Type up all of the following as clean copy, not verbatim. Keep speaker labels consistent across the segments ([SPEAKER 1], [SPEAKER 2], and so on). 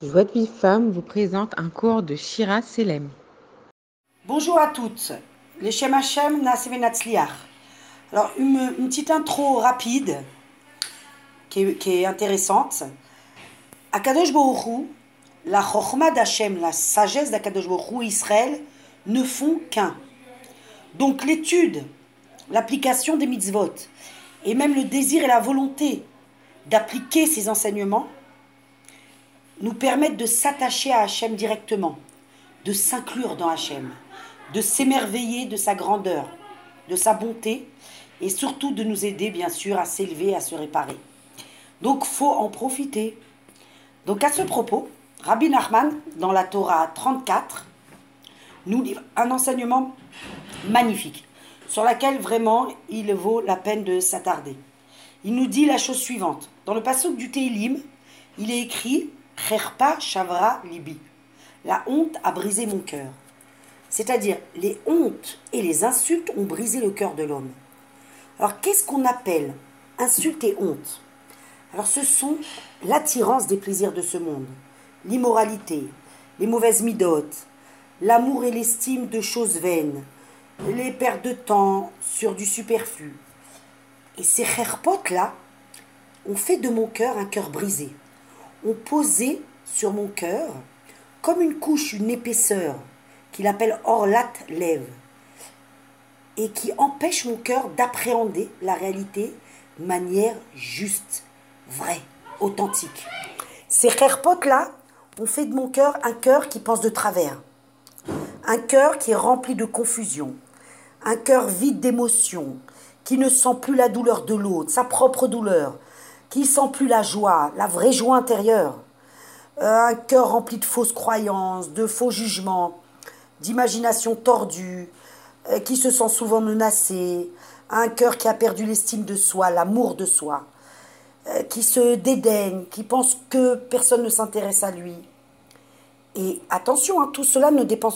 [SPEAKER 1] Joie de Vie Femme vous présente un cours de Shira Selem.
[SPEAKER 2] Bonjour à toutes. Les Shem Hashem Naaseh V'Natzliach. Alors, une petite intro rapide qui est intéressante. Akadosh Baruch Hu, la Chochma d'Hashem, la sagesse d'Akadosh Baruch Hu, Israël, ne font qu'un. Donc, l'étude, l'application des mitzvot, et même le désir et la volonté d'appliquer ces enseignements, nous permettent de s'attacher à Hachem directement, de s'inclure dans Hachem, de s'émerveiller de sa grandeur, de sa bonté, et surtout de nous aider, bien sûr, à s'élever, à se réparer. Donc, faut en profiter. Donc, à ce propos, Rabbi Nachman, dans la Torah 34, nous livre un enseignement magnifique, sur lequel vraiment il vaut la peine de s'attarder. Il nous dit la chose suivante. Dans le pasuk du Tehillim, il est écrit « Cherpa shavra libi ». La honte a brisé mon cœur. C'est-à-dire, les hontes et les insultes ont brisé le cœur de l'homme. Alors, qu'est-ce qu'on appelle insulte et honte? Alors, ce sont l'attirance des plaisirs de ce monde, l'immoralité, les mauvaises midotes, l'amour et l'estime de choses vaines, les pertes de temps sur du superflu. Et ces cherpotes-là ont fait de mon cœur un cœur brisé, ont posé sur mon cœur comme une couche, une épaisseur, qu'il appelle Orlat Lev, et qui empêche mon cœur d'appréhender la réalité de manière juste, vraie, authentique. Ces kherpotes-là ont fait de mon cœur un cœur qui pense de travers, un cœur qui est rempli de confusion, un cœur vide d'émotions, qui ne sent plus la douleur de l'autre, sa propre douleur, qui ne sent plus la joie, la vraie joie intérieure, un cœur rempli de fausses croyances, de faux jugements, d'imagination tordue, qui se sent souvent menacé, un cœur qui a perdu l'estime de soi, l'amour de soi, qui se dédaigne, qui pense que personne ne s'intéresse à lui. Et attention, hein, tout cela ne dépend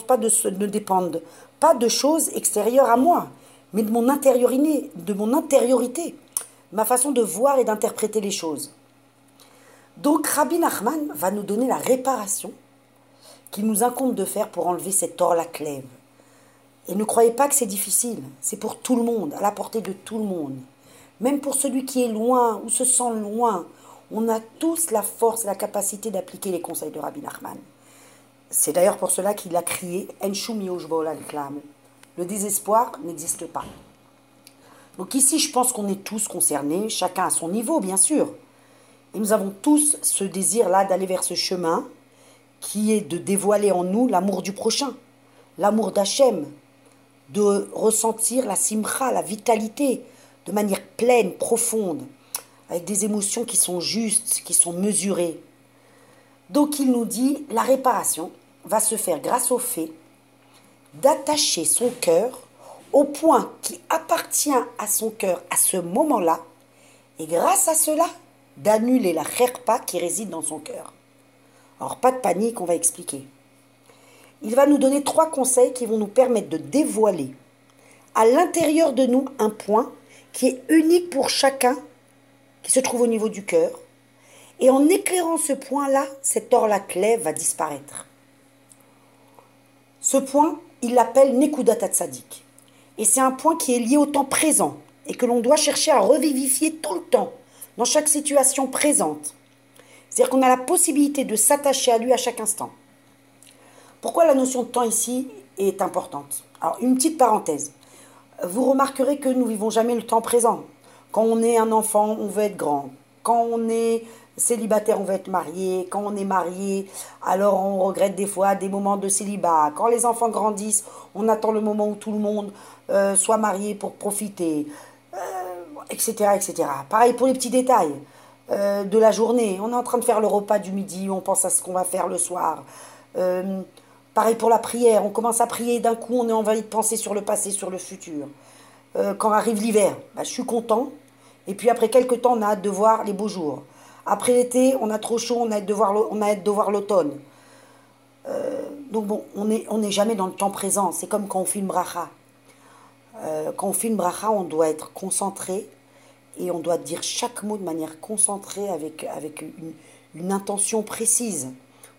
[SPEAKER 2] pas de choses extérieures à moi, mais de mon intériorité, ma façon de voir et d'interpréter les choses. Donc Rabbi Nachman va nous donner la réparation qu'il nous incombe de faire pour enlever cette orla clève. Et ne croyez pas que c'est difficile, c'est pour tout le monde, à la portée de tout le monde. Même pour celui qui est loin ou se sent loin, on a tous la force et la capacité d'appliquer les conseils de Rabbi Nachman. C'est d'ailleurs pour cela qu'il a crié « En shum yush ba'olam klam ». Le désespoir n'existe pas. Donc ici, je pense qu'on est tous concernés, chacun à son niveau, bien sûr. Et nous avons tous ce désir-là d'aller vers ce chemin qui est de dévoiler en nous l'amour du prochain, l'amour d'Hachem, de ressentir la simcha, la vitalité, de manière pleine, profonde, avec des émotions qui sont justes, qui sont mesurées. Donc il nous dit, la réparation va se faire grâce au fait d'attacher son cœur au point qui appartient à son cœur à ce moment-là, et grâce à cela, d'annuler la kherpa qui réside dans son cœur. Alors pas de panique, on va expliquer. Il va nous donner 3 conseils qui vont nous permettre de dévoiler à l'intérieur de nous un point qui est unique pour chacun, qui se trouve au niveau du cœur. Et en éclairant ce point-là, cette orla clève va disparaître. Ce point, il l'appelle Nekudat Hatzadik. Et c'est un point qui est lié au temps présent et que l'on doit chercher à revivifier tout le temps, dans chaque situation présente. C'est-à-dire qu'on a la possibilité de s'attacher à lui à chaque instant. Pourquoi la notion de temps ici est importante? Alors, une petite parenthèse. Vous remarquerez que nous ne vivons jamais le temps présent. Quand on est un enfant, on veut être grand. Quand on est célibataire, on veut être marié. Quand on est marié, alors on regrette des fois des moments de célibat. Quand les enfants grandissent, on attend le moment où tout le monde soit marié pour profiter, etc., etc. Pareil pour les petits détails de la journée. On est en train de faire le repas du midi, on pense à ce qu'on va faire le soir. Pareil pour la prière, on commence à prier, d'un coup on est envahi de penser sur le passé, sur le futur. Quand arrive l'hiver, je suis content, et puis après quelques temps on a hâte de voir les beaux jours. Après l'été, on a trop chaud, on a hâte de voir l'automne. Donc bon, on n'est jamais dans le temps présent, c'est comme quand on fait une bracha. Quand on fait une bracha, on doit être concentré, et on doit dire chaque mot de manière concentrée, avec une intention précise.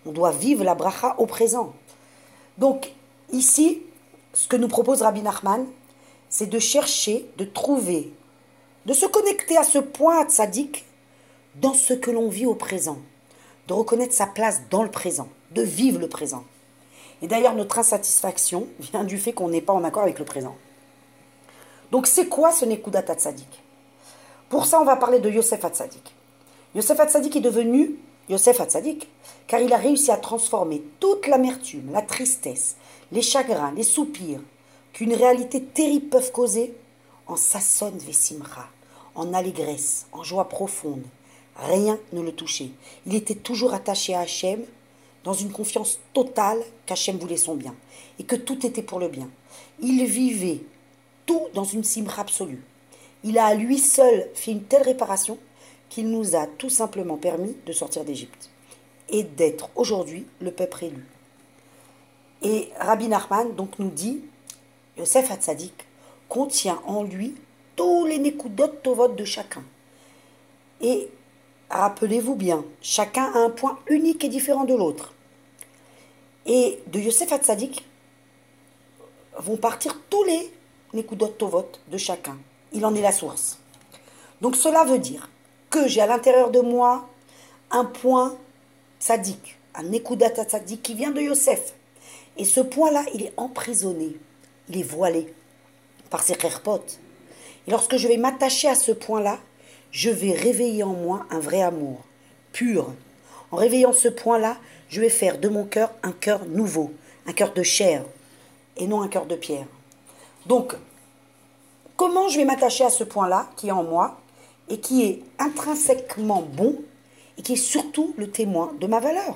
[SPEAKER 2] On doit vivre la bracha au présent. Donc, ici, ce que nous propose Rabbi Nachman, c'est de chercher, de trouver, de se connecter à ce point tzaddik dans ce que l'on vit au présent, de reconnaître sa place dans le présent, de vivre le présent. Et d'ailleurs, notre insatisfaction vient du fait qu'on n'est pas en accord avec le présent. Donc, c'est quoi ce Nekudat Hatzadik? Pour ça, on va parler de Yosef Hatzadik. Yosef Hatzadik est devenu Yosef Hatzadik car il a réussi à transformer toute l'amertume, la tristesse, les chagrins, les soupirs qu'une réalité terrible peuvent causer en sasson vesimra, en allégresse, en joie profonde. Rien ne le touchait. Il était toujours attaché à Hachem, dans une confiance totale qu'Hachem voulait son bien et que tout était pour le bien. Il vivait tout dans une simra absolue. Il a à lui seul fait une telle réparation qu'il nous a tout simplement permis de sortir d'Égypte et d'être aujourd'hui le peuple élu. Et Rabbi Nachman donc nous dit, Yosef Hatzadik contient en lui tous les nekudot tovot de chacun. Et rappelez-vous bien, chacun a un point unique et différent de l'autre. Et de Yosef Hatzadik vont partir tous les nekudot tovot de chacun. Il en est la source. Donc cela veut dire que j'ai à l'intérieur de moi un point tzaddik, un nekudat tzaddik qui vient de Yosef. Et ce point-là, il est emprisonné, il est voilé par ses kherpot. Et lorsque je vais m'attacher à ce point-là, je vais réveiller en moi un vrai amour, pur. En réveillant ce point-là, je vais faire de mon cœur un cœur nouveau, un cœur de chair, et non un cœur de pierre. Donc, comment je vais m'attacher à ce point-là qui est en moi et qui est intrinsèquement bon et qui est surtout le témoin de ma valeur?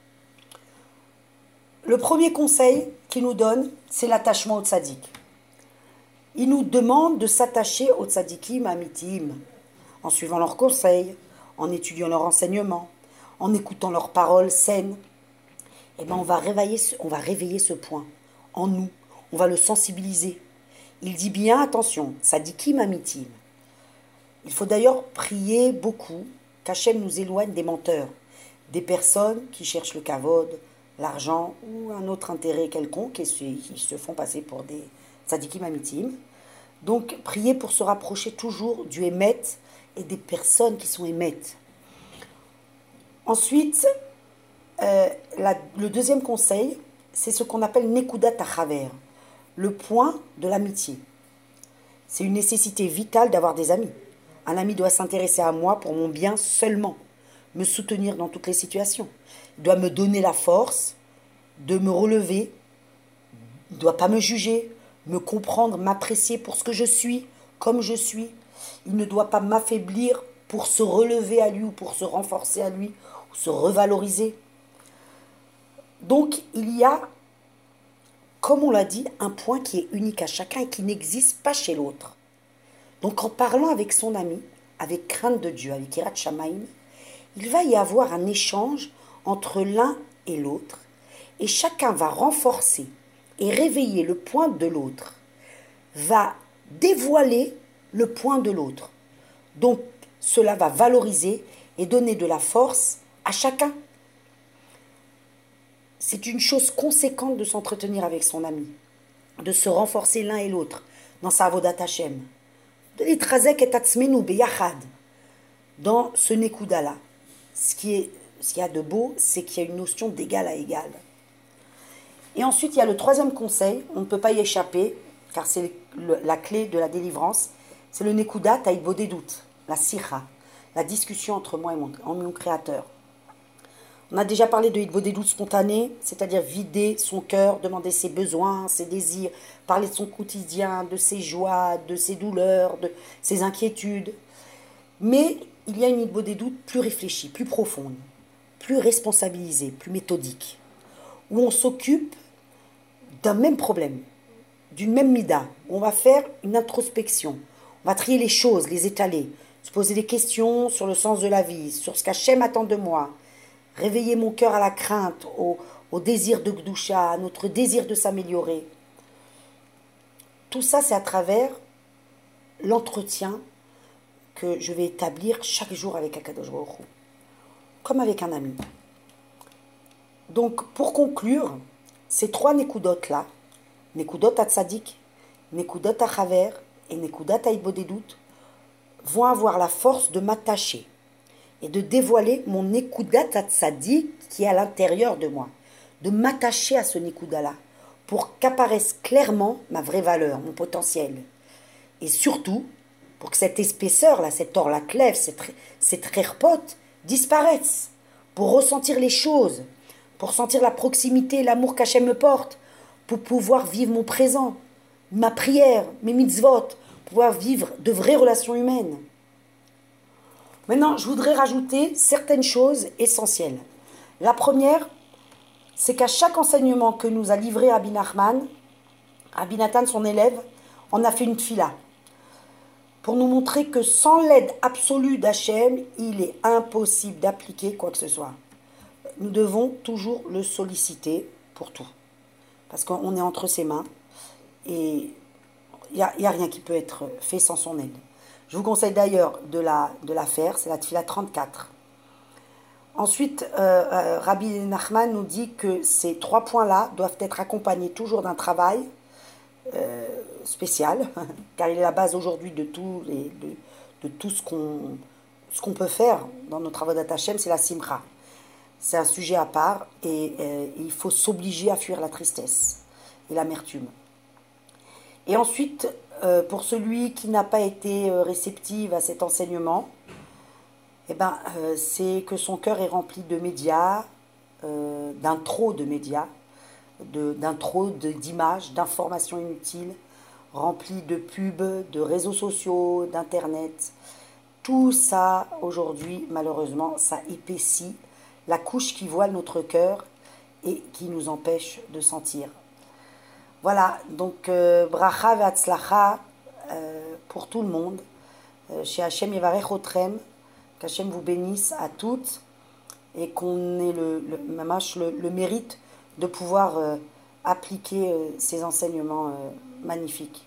[SPEAKER 2] Le premier conseil qu'il nous donne, c'est l'attachement au tzaddik. Il nous demande de s'attacher aux tzaddikim amitim, en suivant leurs conseils, en étudiant leurs enseignements, en écoutant leurs paroles saines. Eh bien, on va réveiller ce point en nous, on va le sensibiliser. Il dit bien, attention, tzaddikim amitim. Il faut d'ailleurs prier beaucoup qu'Hachem nous éloigne des menteurs, des personnes qui cherchent le kavod, l'argent ou un autre intérêt quelconque et qui se font passer pour des tzaddikim amitim. Donc, priez pour se rapprocher toujours du émet et des personnes qui sont émettes. Ensuite, le deuxième conseil, c'est ce qu'on appelle nekudat hachaver, le point de l'amitié. C'est une nécessité vitale d'avoir des amis. Un ami doit s'intéresser à moi pour mon bien seulement, me soutenir dans toutes les situations. Il doit me donner la force de me relever, il ne doit pas me juger, me comprendre, m'apprécier pour ce que je suis, comme je suis. Il ne doit pas m'affaiblir pour se relever à lui ou pour se renforcer à lui, ou se revaloriser. Donc, il y a, comme on l'a dit, un point qui est unique à chacun et qui n'existe pas chez l'autre. Donc, en parlant avec son ami, avec crainte de Dieu, avec Yirat Shamayim, il va y avoir un échange entre l'un et l'autre, et chacun va renforcer et réveiller le point de l'autre, va dévoiler le point de l'autre. Donc, cela va valoriser et donner de la force à chacun. C'est une chose conséquente de s'entretenir avec son ami, de se renforcer l'un et l'autre dans sa avodat Hashem, de l'itrazek et tatzmenu beyachad, dans ce nekuda-là. Ce qu'il y a de beau, c'est qu'il y a une notion d'égal à égal. Et ensuite, il y a le troisième conseil, on ne peut pas y échapper, car c'est la clé de la délivrance, c'est le nekudat haïtbodedut, la sira, la discussion entre moi et mon créateur. On a déjà parlé de hitbodedut spontané, c'est-à-dire vider son cœur, demander ses besoins, ses désirs, parler de son quotidien, de ses joies, de ses douleurs, de ses inquiétudes. Mais il y a une hitbodedut plus réfléchie, plus profonde, plus responsabilisée, plus méthodique, où on s'occupe d'un même problème, d'une même mida, où on va faire une introspection, on va trier les choses, les étaler, se poser des questions sur le sens de la vie, sur ce qu'Hachem attend de moi, réveiller mon cœur à la crainte, au désir de Gdusha, à notre désir de s'améliorer. Tout ça, c'est à travers l'entretien que je vais établir chaque jour avec Akadosh Baruch Hu, comme avec un ami. Donc, pour conclure, ces trois Nekudot-là, Nekudot à Tzadik, Nekudot à Chaver et Nekudot à Ibodedut, vont avoir la force de m'attacher et de dévoiler mon Nekudat à Tzadik qui est à l'intérieur de moi, de m'attacher à ce Nekuda-là pour qu'apparaisse clairement ma vraie valeur, mon potentiel. Et surtout, pour que cette épaisseur-là, cet or, la clève, cette rerpote disparaisse, pour ressentir les choses, pour sentir la proximité, l'amour qu'Hachem me porte, pour pouvoir vivre mon présent, ma prière, mes mitzvot, pouvoir vivre de vraies relations humaines. Maintenant, je voudrais rajouter certaines choses essentielles. La première, c'est qu'à chaque enseignement que nous a livré Rabbi Nachman, Rabbi Nathan, son élève, en a fait une tfila, pour nous montrer que sans l'aide absolue d'Hachem, il est impossible d'appliquer quoi que ce soit. Nous devons toujours le solliciter pour tout, parce qu'on est entre ses mains, et il n'y a rien qui peut être fait sans son aide. Je vous conseille d'ailleurs de la faire, c'est la tfila 34. Ensuite, Rabbi Nachman nous dit que ces trois points-là doivent être accompagnés toujours d'un travail spécial, car il est la base aujourd'hui de tout ce qu'on peut faire dans nos travaux d'Hachem, c'est la simcha. C'est un sujet à part et il faut s'obliger à fuir la tristesse et l'amertume. Et ensuite, pour celui qui n'a pas été réceptif à cet enseignement, c'est que son cœur est rempli de médias, d'un trop de médias, d'un trop d'images, d'informations inutiles, rempli de pubs, de réseaux sociaux, d'internet. Tout ça, aujourd'hui, malheureusement, ça épaissit la couche qui voile notre cœur et qui nous empêche de sentir. Voilà, donc bracha ve'atzlacha pour tout le monde. Chez Hachem Yevarech Otrem, qu'Hachem vous bénisse à toutes et qu'on ait le mérite de pouvoir appliquer ces enseignements magnifiques.